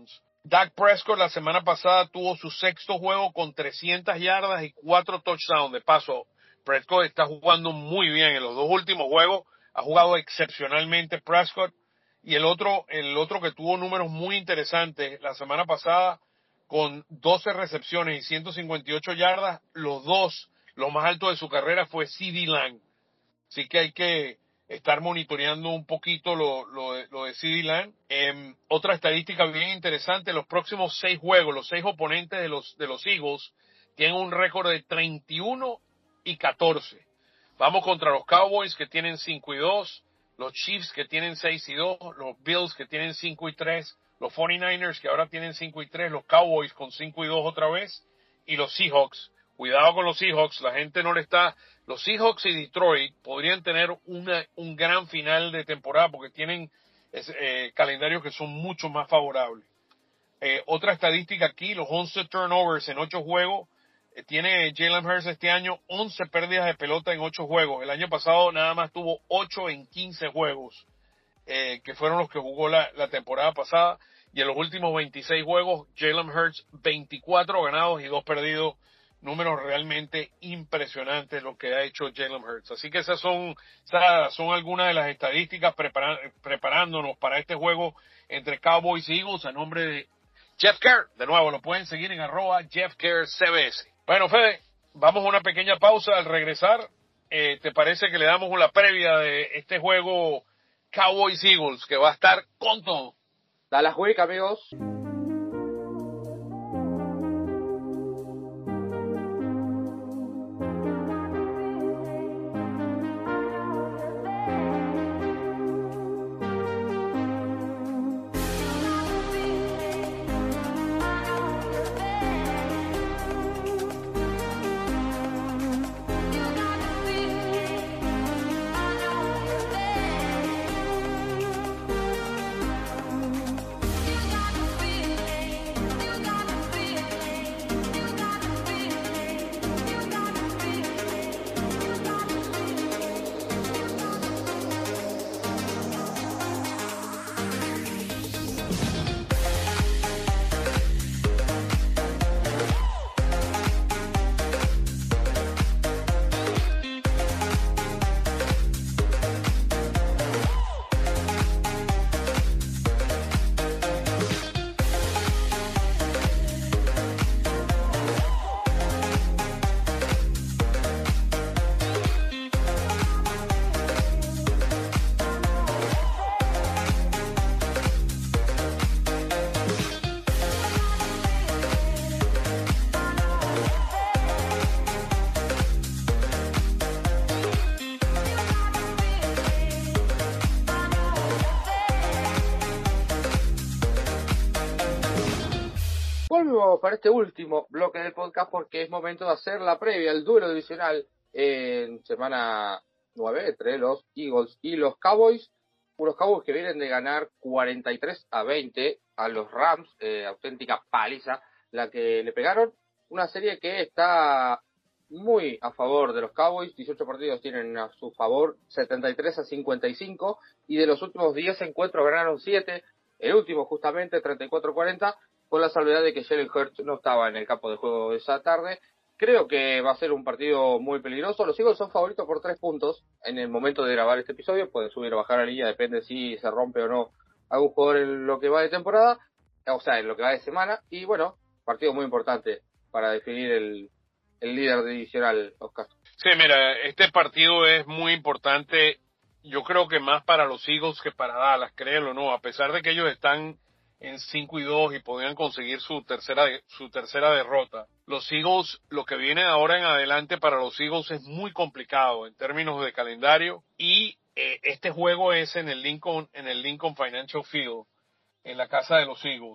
Dak Prescott la semana pasada tuvo su sexto juego con trescientas yardas y cuatro touchdowns. De paso, Prescott está jugando muy bien en los dos últimos juegos. Ha jugado excepcionalmente Prescott. Y el otro, el otro que tuvo números muy interesantes la semana pasada con doce recepciones y ciento cincuenta y ocho yardas, los dos, lo más alto de su carrera fue CeeDee Lamb. Así que hay que estar monitoreando un poquito lo, lo, de, lo de CeeDee Lamb. Eh, otra estadística bien interesante, los próximos seis juegos, los seis oponentes de los, de los Eagles tienen un récord de treinta y uno y catorce. Vamos contra los Cowboys que tienen cinco y dos, los Chiefs que tienen seis y dos, los Bills que tienen cinco y tres, los cuarenta y nueve ers que ahora tienen cinco y tres, los Cowboys con cinco y dos otra vez, y los Seahawks. Cuidado con los Seahawks, la gente no le está... Los Seahawks y Detroit podrían tener una, un gran final de temporada porque tienen eh, calendarios que son mucho más favorables. Eh, otra estadística aquí, los once turnovers en ocho juegos. Eh, tiene Jalen Hurts este año once pérdidas de pelota en ocho juegos. El año pasado nada más tuvo ocho en quince juegos, eh, que fueron los que jugó la, la temporada pasada. Y en los últimos veintiséis juegos, Jalen Hurts veinticuatro ganados y dos perdidos. Números realmente impresionantes lo que ha hecho Jalen Hurts. Así que esas son, esas son algunas de las estadísticas prepara, preparándonos para este juego entre Cowboys y Eagles a nombre de Jeff Kerr. De nuevo, lo pueden seguir en arroba Jeff Kerr C B S. Bueno, Fede, vamos a una pequeña pausa. Al regresar, eh, ¿te parece que le damos una previa de este juego Cowboys Eagles que va a estar con todo? Dallas Week, amigos. Para este último bloque del podcast porque es momento de hacer la previa, el duelo divisional en semana nueve entre los Eagles y los Cowboys. Unos Cowboys que vienen de ganar cuarenta y tres a veinte a los Rams, eh, auténtica paliza la que le pegaron. Una serie que está muy a favor de los Cowboys, dieciocho partidos tienen a su favor, setenta y tres a cincuenta y cinco, y de los últimos diez encuentros ganaron siete, el último justamente treinta y cuatro a cuarenta, con la salvedad de que Jalen Hurts no estaba en el campo de juego esa tarde. Creo que va a ser un partido muy peligroso. Los Eagles son favoritos por tres puntos en el momento de grabar este episodio. Pueden subir o bajar la línea, depende si se rompe o no algún jugador en lo que va de temporada, o sea, en lo que va de semana. Y bueno, partido muy importante para definir el, el líder divisional, Oscar. Sí, mira, este partido es muy importante. Yo creo que más para los Eagles que para Dallas, créelo o no, a pesar de que ellos están en cinco y dos y podrían conseguir su tercera su tercera derrota. Los Eagles, lo que viene ahora en adelante para los Eagles es muy complicado en términos de calendario y eh, este juego es en el Lincoln en el Lincoln Financial Field, en la casa de los Eagles.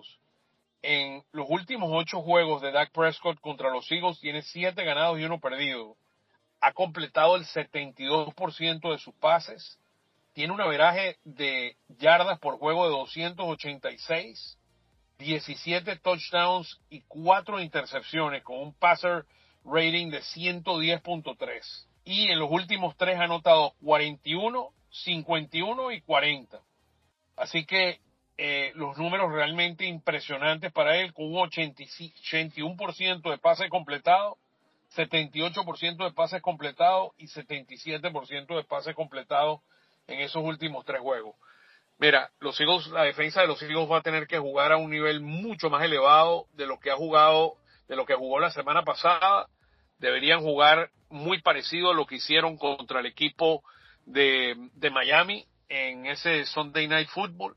En los últimos ocho juegos de Dak Prescott contra los Eagles tiene siete ganados y uno perdido. Ha completado el setenta y dos por ciento de sus pases. Tiene un averaje de yardas por juego de doscientos ochenta y seis, diecisiete touchdowns y cuatro intercepciones con un passer rating de ciento diez punto tres. Y en los últimos tres ha anotado cuarenta y uno, cincuenta y uno y cuarenta. Así que eh, los números realmente impresionantes para él, con un ochenta y uno por ciento de pases completados, setenta y ocho por ciento de pases completados y setenta y siete por ciento de pases completados en esos últimos tres juegos. Mira, los Eagles, la defensa de los Eagles va a tener que jugar a un nivel mucho más elevado de lo que ha jugado, de lo que jugó la semana pasada. Deberían jugar muy parecido a lo que hicieron contra el equipo de, de Miami en ese Sunday Night Football,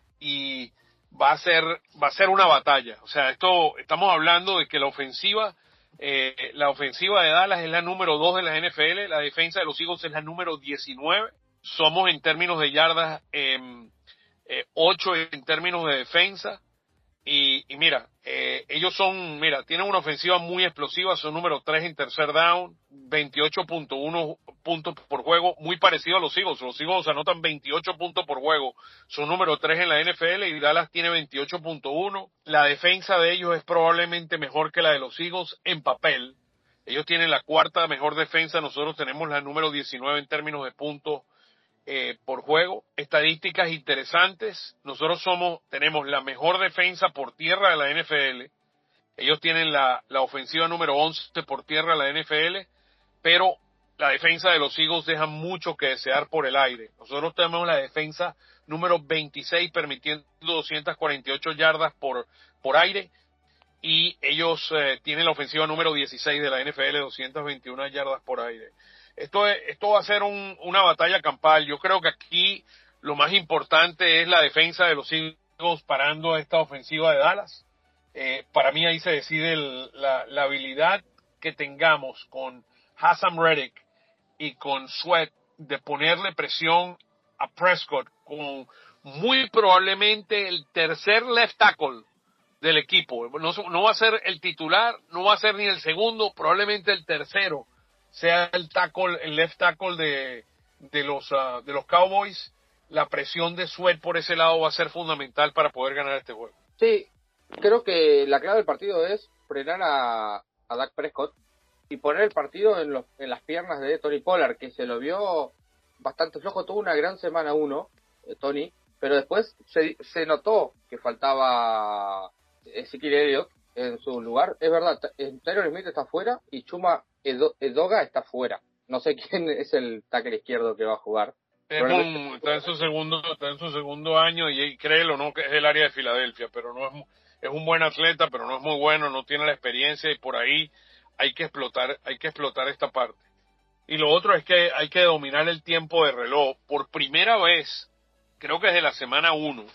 y va a ser, va a ser una batalla. O sea, esto, estamos hablando de que la ofensiva, eh, la ofensiva de Dallas es la número dos de la N F L, la defensa de los Eagles es la número diecinueve. Somos en términos de yardas eh, eh, ocho en términos de defensa, y, y mira, eh, ellos son, mira, tienen una ofensiva muy explosiva, son número tres en tercer down, veintiocho punto uno puntos por juego, muy parecido a los Eagles. Los Eagles anotan veintiocho puntos por juego, son número tres en la N F L, y Dallas tiene veintiocho punto uno. La defensa de ellos es probablemente mejor que la de los Eagles en papel. Ellos tienen la cuarta mejor defensa, nosotros tenemos la número diecinueve en términos de puntos Eh, por juego. Estadísticas interesantes: nosotros somos, tenemos la mejor defensa por tierra de la N F L, ellos tienen la, la ofensiva número once por tierra de la N F L, pero la defensa de los Eagles deja mucho que desear por el aire. Nosotros tenemos la defensa número veintiséis, permitiendo doscientas cuarenta y ocho yardas por, por aire, y ellos eh, tienen la ofensiva número dieciséis de la N F L, doscientas veintiuna yardas por aire. Esto, es, esto va a ser un, una batalla campal. Yo creo que aquí lo más importante es la defensa de los Eagles parando esta ofensiva de Dallas. Eh, para mí ahí se decide el, la, la habilidad que tengamos con Hassan Reddick y con Sweat de ponerle presión a Prescott, con muy probablemente el tercer left tackle del equipo. No, no va a ser el titular, no va a ser ni el segundo, probablemente el tercero sea el tackle, el left tackle de, de los uh, de los Cowboys. La presión de Sweat por ese lado va a ser fundamental para poder ganar este juego. Sí, creo que la clave del partido es frenar a, a Dak Prescott y poner el partido en, los, en las piernas de Tony Pollard, que se lo vio bastante flojo. Tuvo una gran semana uno, eh, Tony, pero después se, se notó que faltaba Ezekiel Elliott en su lugar. Es verdad, Tyron Smith está fuera y Chuma Edo, Edoga está fuera. No sé quién es el tackle izquierdo que va a jugar. Es un, está en su segundo, está en su segundo año, y créelo, no, que es el área de Filadelfia, pero no es, es un buen atleta, pero no es muy bueno, no tiene la experiencia, y por ahí hay que explotar, hay que explotar esta parte. Y lo otro es que hay que dominar el tiempo de reloj. Por primera vez, creo que desde la semana uno,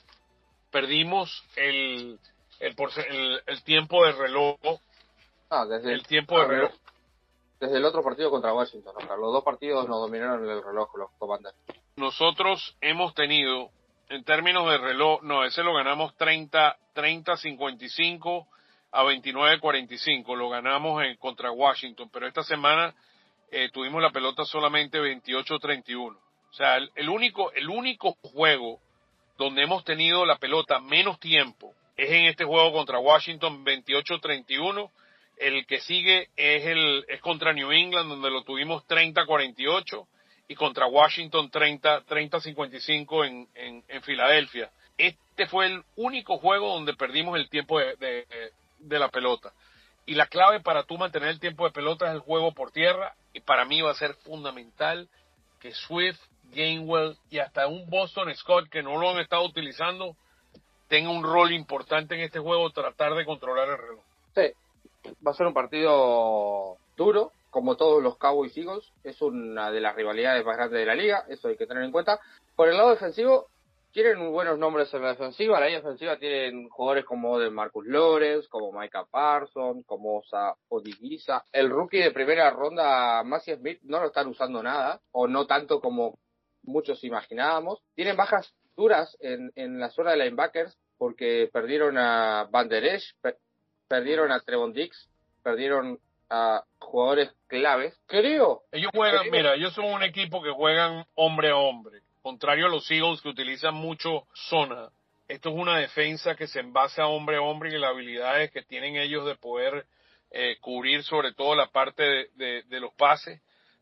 perdimos el, el, el, el tiempo de reloj. Ah, desde el tiempo de reloj. Desde el otro partido contra Washington, ¿no? Los dos partidos nos dominaron el reloj, los Commanders. Nosotros hemos tenido, en términos de reloj, no, ese lo ganamos treinta cincuenta y cinco a veintinueve cuarenta y cinco, lo ganamos en, contra Washington, pero esta semana eh, tuvimos la pelota solamente veintiocho treinta y uno. O sea, el, el único el único juego donde hemos tenido la pelota menos tiempo es en este juego contra Washington, veintiocho treinta y uno. El que sigue es el es contra New England, donde lo tuvimos treinta cuarenta y ocho, y contra Washington treinta cincuenta y cinco en, en, en Filadelfia. Este fue el único juego donde perdimos el tiempo de, de, de la pelota. Y la clave para tú mantener el tiempo de pelota es el juego por tierra, y para mí va a ser fundamental que Swift, Gainwell y hasta un Boston Scott, que no lo han estado utilizando, tenga un rol importante en este juego, tratar de controlar el reloj. Sí. Va a ser un partido duro, como todos los Cowboys Eagles. Es una de las rivalidades más grandes de la liga, eso hay que tener en cuenta. Por el lado defensivo, tienen buenos nombres en la defensiva. La línea defensiva tienen jugadores como de Marcus Lawrence, como Micah Parsons, como Osa Odigisa. El rookie de primera ronda, Massey Smith, no lo están usando nada, o no tanto como muchos imaginábamos. Tienen bajas duras en, en la zona de linebackers, porque perdieron a Van Der Esch, per- perdieron a Trevon Diggs, perdieron a jugadores claves. Creo. Ellos juegan, creo, mira, ellos son un equipo que juegan hombre a hombre, contrario a los Eagles, que utilizan mucho zona. Esto es una defensa que se envase a hombre a hombre, y las habilidades que tienen ellos de poder eh, cubrir sobre todo la parte de, de, de los pases.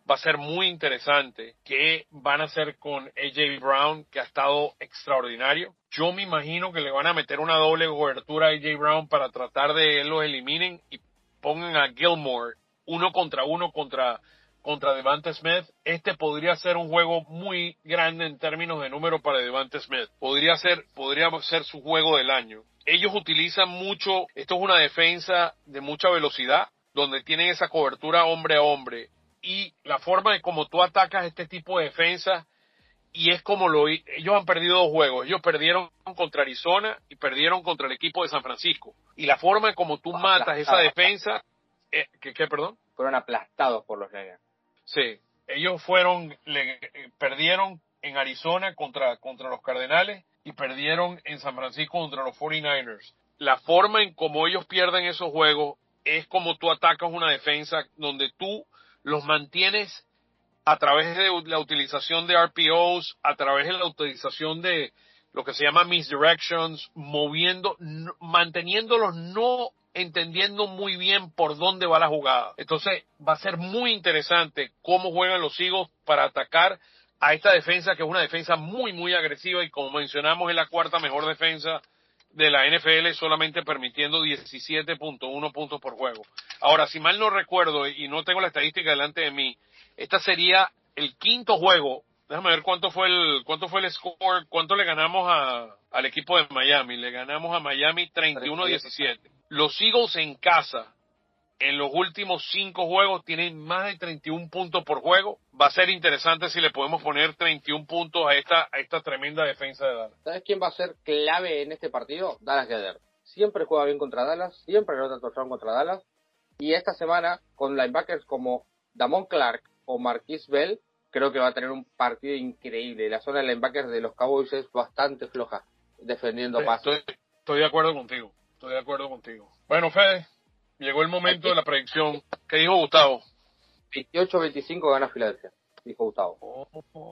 va a ser muy interesante. ¿Qué van a hacer con A J Brown, que ha estado extraordinario? Yo me imagino que le van a meter una doble cobertura a A J Brown para tratar de que los eliminen y pongan a Gilmore uno contra uno contra, contra Devonta Smith. Este podría ser un juego muy grande en términos de número para Devonta Smith. Podría ser, podría ser su juego del año. Ellos utilizan mucho, esto es una defensa de mucha velocidad, donde tienen esa cobertura hombre a hombre. Y la forma de cómo tú atacas este tipo de defensa, y es como lo ellos han perdido dos juegos. Ellos perdieron contra Arizona y perdieron contra el equipo de San Francisco. Y la forma de cómo tú matas esa defensa, eh, ¿qué, qué, perdón? Fueron aplastados por los Niners. Sí, ellos fueron, le, eh, perdieron en Arizona contra, contra los Cardenales y perdieron en San Francisco contra los cuarenta y nueve ers. La forma en cómo ellos pierden esos juegos es como tú atacas una defensa donde tú los mantienes a través de la utilización de R P Os, a través de la utilización de lo que se llama misdirections, moviendo, no, manteniéndolos no entendiendo muy bien por dónde va la jugada. Entonces va a ser muy interesante cómo juegan los Eagles para atacar a esta defensa, que es una defensa muy, muy agresiva y como mencionamos es la cuarta mejor defensa de la N F L, solamente permitiendo diecisiete punto uno puntos por juego. Ahora, si mal no recuerdo y no tengo la estadística delante de mí, esta sería el quinto juego. Déjame ver cuánto fue el cuánto fue el score, cuánto le ganamos a, al equipo de Miami. Le ganamos a Miami treinta y uno a diecisiete. Los Eagles en casa, en los últimos cinco juegos, tienen más de treinta y uno puntos por juego. Va a ser interesante si le podemos poner treinta y uno puntos a esta a esta tremenda defensa de Dallas. ¿Sabes quién va a ser clave en este partido? Dallas Goedert. Siempre juega bien contra Dallas, siempre anota touchdown contra Dallas. Y esta semana, con linebackers como Damon Clark o Marquise Bell, creo que va a tener un partido increíble. La zona de linebackers de los Cowboys es bastante floja, defendiendo pases. Estoy, estoy de acuerdo contigo, estoy de acuerdo contigo. Bueno, Fede, llegó el momento de la predicción. ¿Qué dijo Gustavo? veintiocho veinticinco gana Filadelfia, dijo Gustavo. Oh,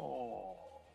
oh,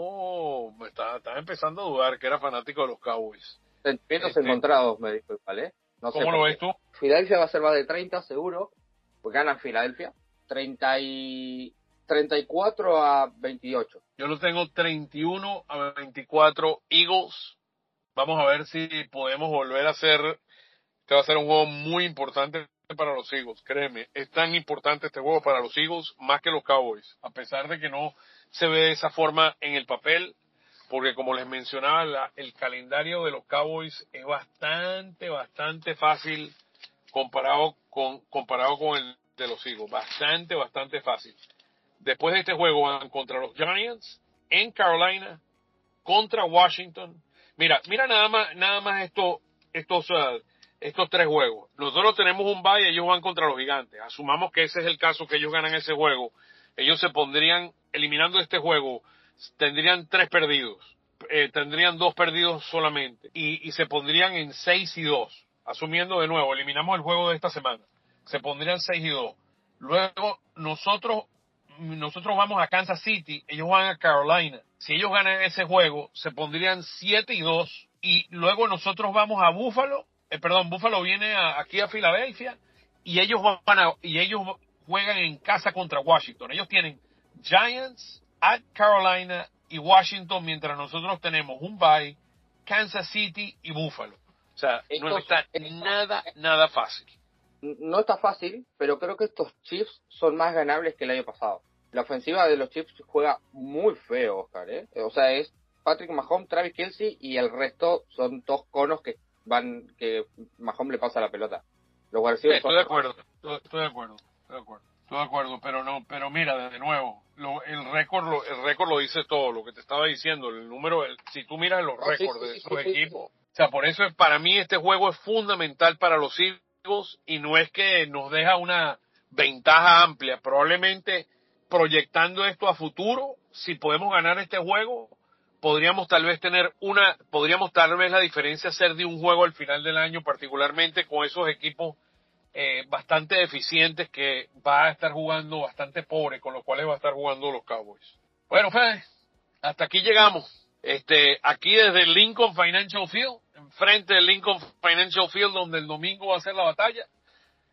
oh me estaba, estaba empezando a dudar que era fanático de los Cowboys. Sentimientos este, encontrados, me dijo, ¿vale? No sé ¿Cómo lo ves tú? Filadelfia va a ser más de treinta, seguro, pues gana Filadelfia. treinta y... treinta y cuatro a veintiocho. Yo lo tengo treinta y uno a veinticuatro Eagles. Vamos a ver si podemos volver a hacer. Este va a ser un juego muy importante para los Eagles, créeme. Es tan importante este juego para los Eagles más que los Cowboys, a pesar de que no se ve de esa forma en el papel, porque como les mencionaba, la, el calendario de los Cowboys es bastante, bastante fácil comparado con, comparado con el de los Eagles. Bastante, bastante fácil. Después de este juego van contra los Giants, en Carolina, contra Washington. Mira, mira nada más, nada más esto, estos, uh, estos tres juegos. Nosotros tenemos un bye y ellos van contra los Gigantes. Asumamos que ese es el caso, que ellos ganan ese juego. Ellos se pondrían, eliminando este juego, tendrían tres perdidos. Eh, tendrían dos perdidos solamente. Y, y se pondrían en seis y dos. Asumiendo de nuevo, eliminamos el juego de esta semana. Se pondrían seis y dos. Luego, nosotros... nosotros vamos a Kansas City, ellos van a Carolina. Si ellos ganan ese juego, se pondrían siete y dos. Y luego nosotros vamos a Buffalo, eh, perdón, Buffalo viene a, aquí a Filadelfia, y ellos van a, y ellos juegan en casa contra Washington. Ellos tienen Giants, at Carolina y Washington, mientras nosotros tenemos un bye, Kansas City y Buffalo. O sea, Estos, no está nada, nada fácil. No está fácil, pero creo que estos Chiefs son más ganables que el año pasado. La ofensiva de los Chiefs juega muy feo, Oscar, ¿eh? O sea, es Patrick Mahomes, Travis Kelce y el resto son dos conos que van, que Mahomes le pasa la pelota. Los sí, estoy de acuerdo, estoy, estoy de acuerdo, estoy de acuerdo, estoy de acuerdo, pero no, pero mira, de nuevo, lo, el récord, lo, el récord lo dice todo, lo que te estaba diciendo, el número, el, si tú miras los oh, récords sí, sí, de sí, esos sí, equipos, sí. o sea, por eso es, para mí este juego es fundamental para los Eagles y no es que nos deja una ventaja amplia, probablemente proyectando esto a futuro, si podemos ganar este juego, podríamos tal vez tener una, podríamos tal vez la diferencia ser de un juego al final del año, particularmente con esos equipos eh, bastante deficientes que va a estar jugando bastante pobre, con los cuales va a estar jugando los Cowboys. Bueno, Fede, hasta aquí llegamos. Este, aquí desde el Lincoln Financial Field, enfrente del Lincoln Financial Field, donde el domingo va a ser la batalla.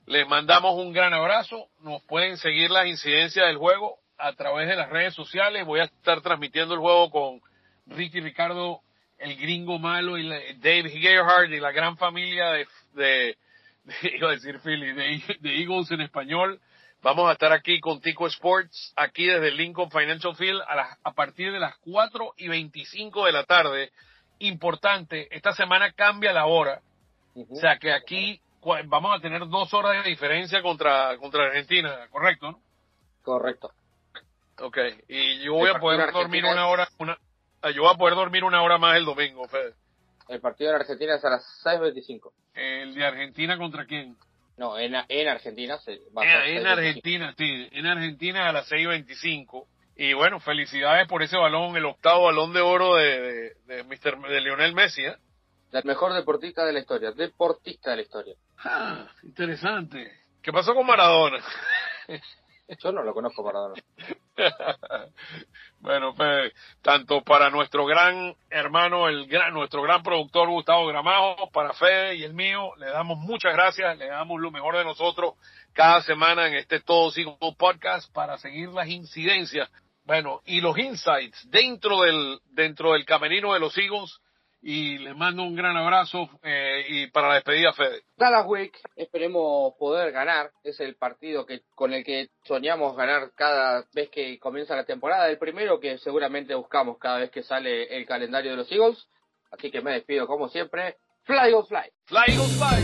Les mandamos un gran abrazo. Nos pueden seguir las incidencias del juego a través de las redes sociales. Voy a estar transmitiendo el juego con Ricky Ricardo, el gringo malo, y la, Dave Gerhardt y la gran familia de, de, de iba a decir Philly, de, de Eagles en español. Vamos a estar aquí con Tico Sports, aquí desde el Lincoln Financial Field a, las, a partir de las cuatro y veinticinco de la tarde. Importante, esta semana cambia la hora. Uh-huh. O sea que aquí vamos a tener dos horas de diferencia contra, contra Argentina, ¿correcto? ¿No? Correcto. Ok, y yo voy a poder dormir una hora, una, yo voy a poder dormir una hora más el domingo, Fede. El partido de Argentina es a las seis veinticinco. ¿El de Argentina contra quién? No, en, en Argentina se va a En, en Argentina, sí, en Argentina a las seis veinticinco. Y bueno, felicidades por ese balón, el octavo balón de oro de, de, de, mister, de Lionel Messi, ¿eh? El mejor deportista de la historia, deportista de la historia. Ah, interesante. ¿Qué pasó con Maradona? Yo no lo conozco, Maradona. Bueno, pues, tanto para nuestro gran hermano, el gran, nuestro gran productor Gustavo Gramajo, para Fede y el mío, le damos muchas gracias, le damos lo mejor de nosotros cada semana en este Todos Eagles podcast para seguir las incidencias, bueno, y los insights dentro del, dentro del camerino de los Eagles. Y les mando un gran abrazo eh, y para la despedida, Fede. Dallas Week, esperemos poder ganar. Es el partido que con el que soñamos ganar cada vez que comienza la temporada. El primero que seguramente buscamos cada vez que sale el calendario de los Eagles. Así que me despido como siempre. Fly, Eagles, fly. Fly, Eagles, fly.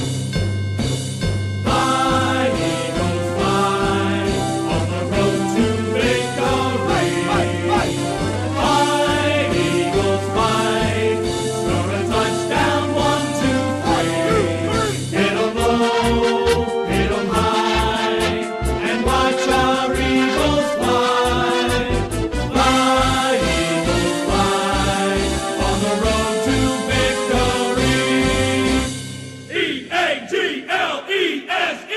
Fly, Eagles, fly. On the road to victory. Fly, fly, fly. Fly, Eagles, fly. E A G L E S E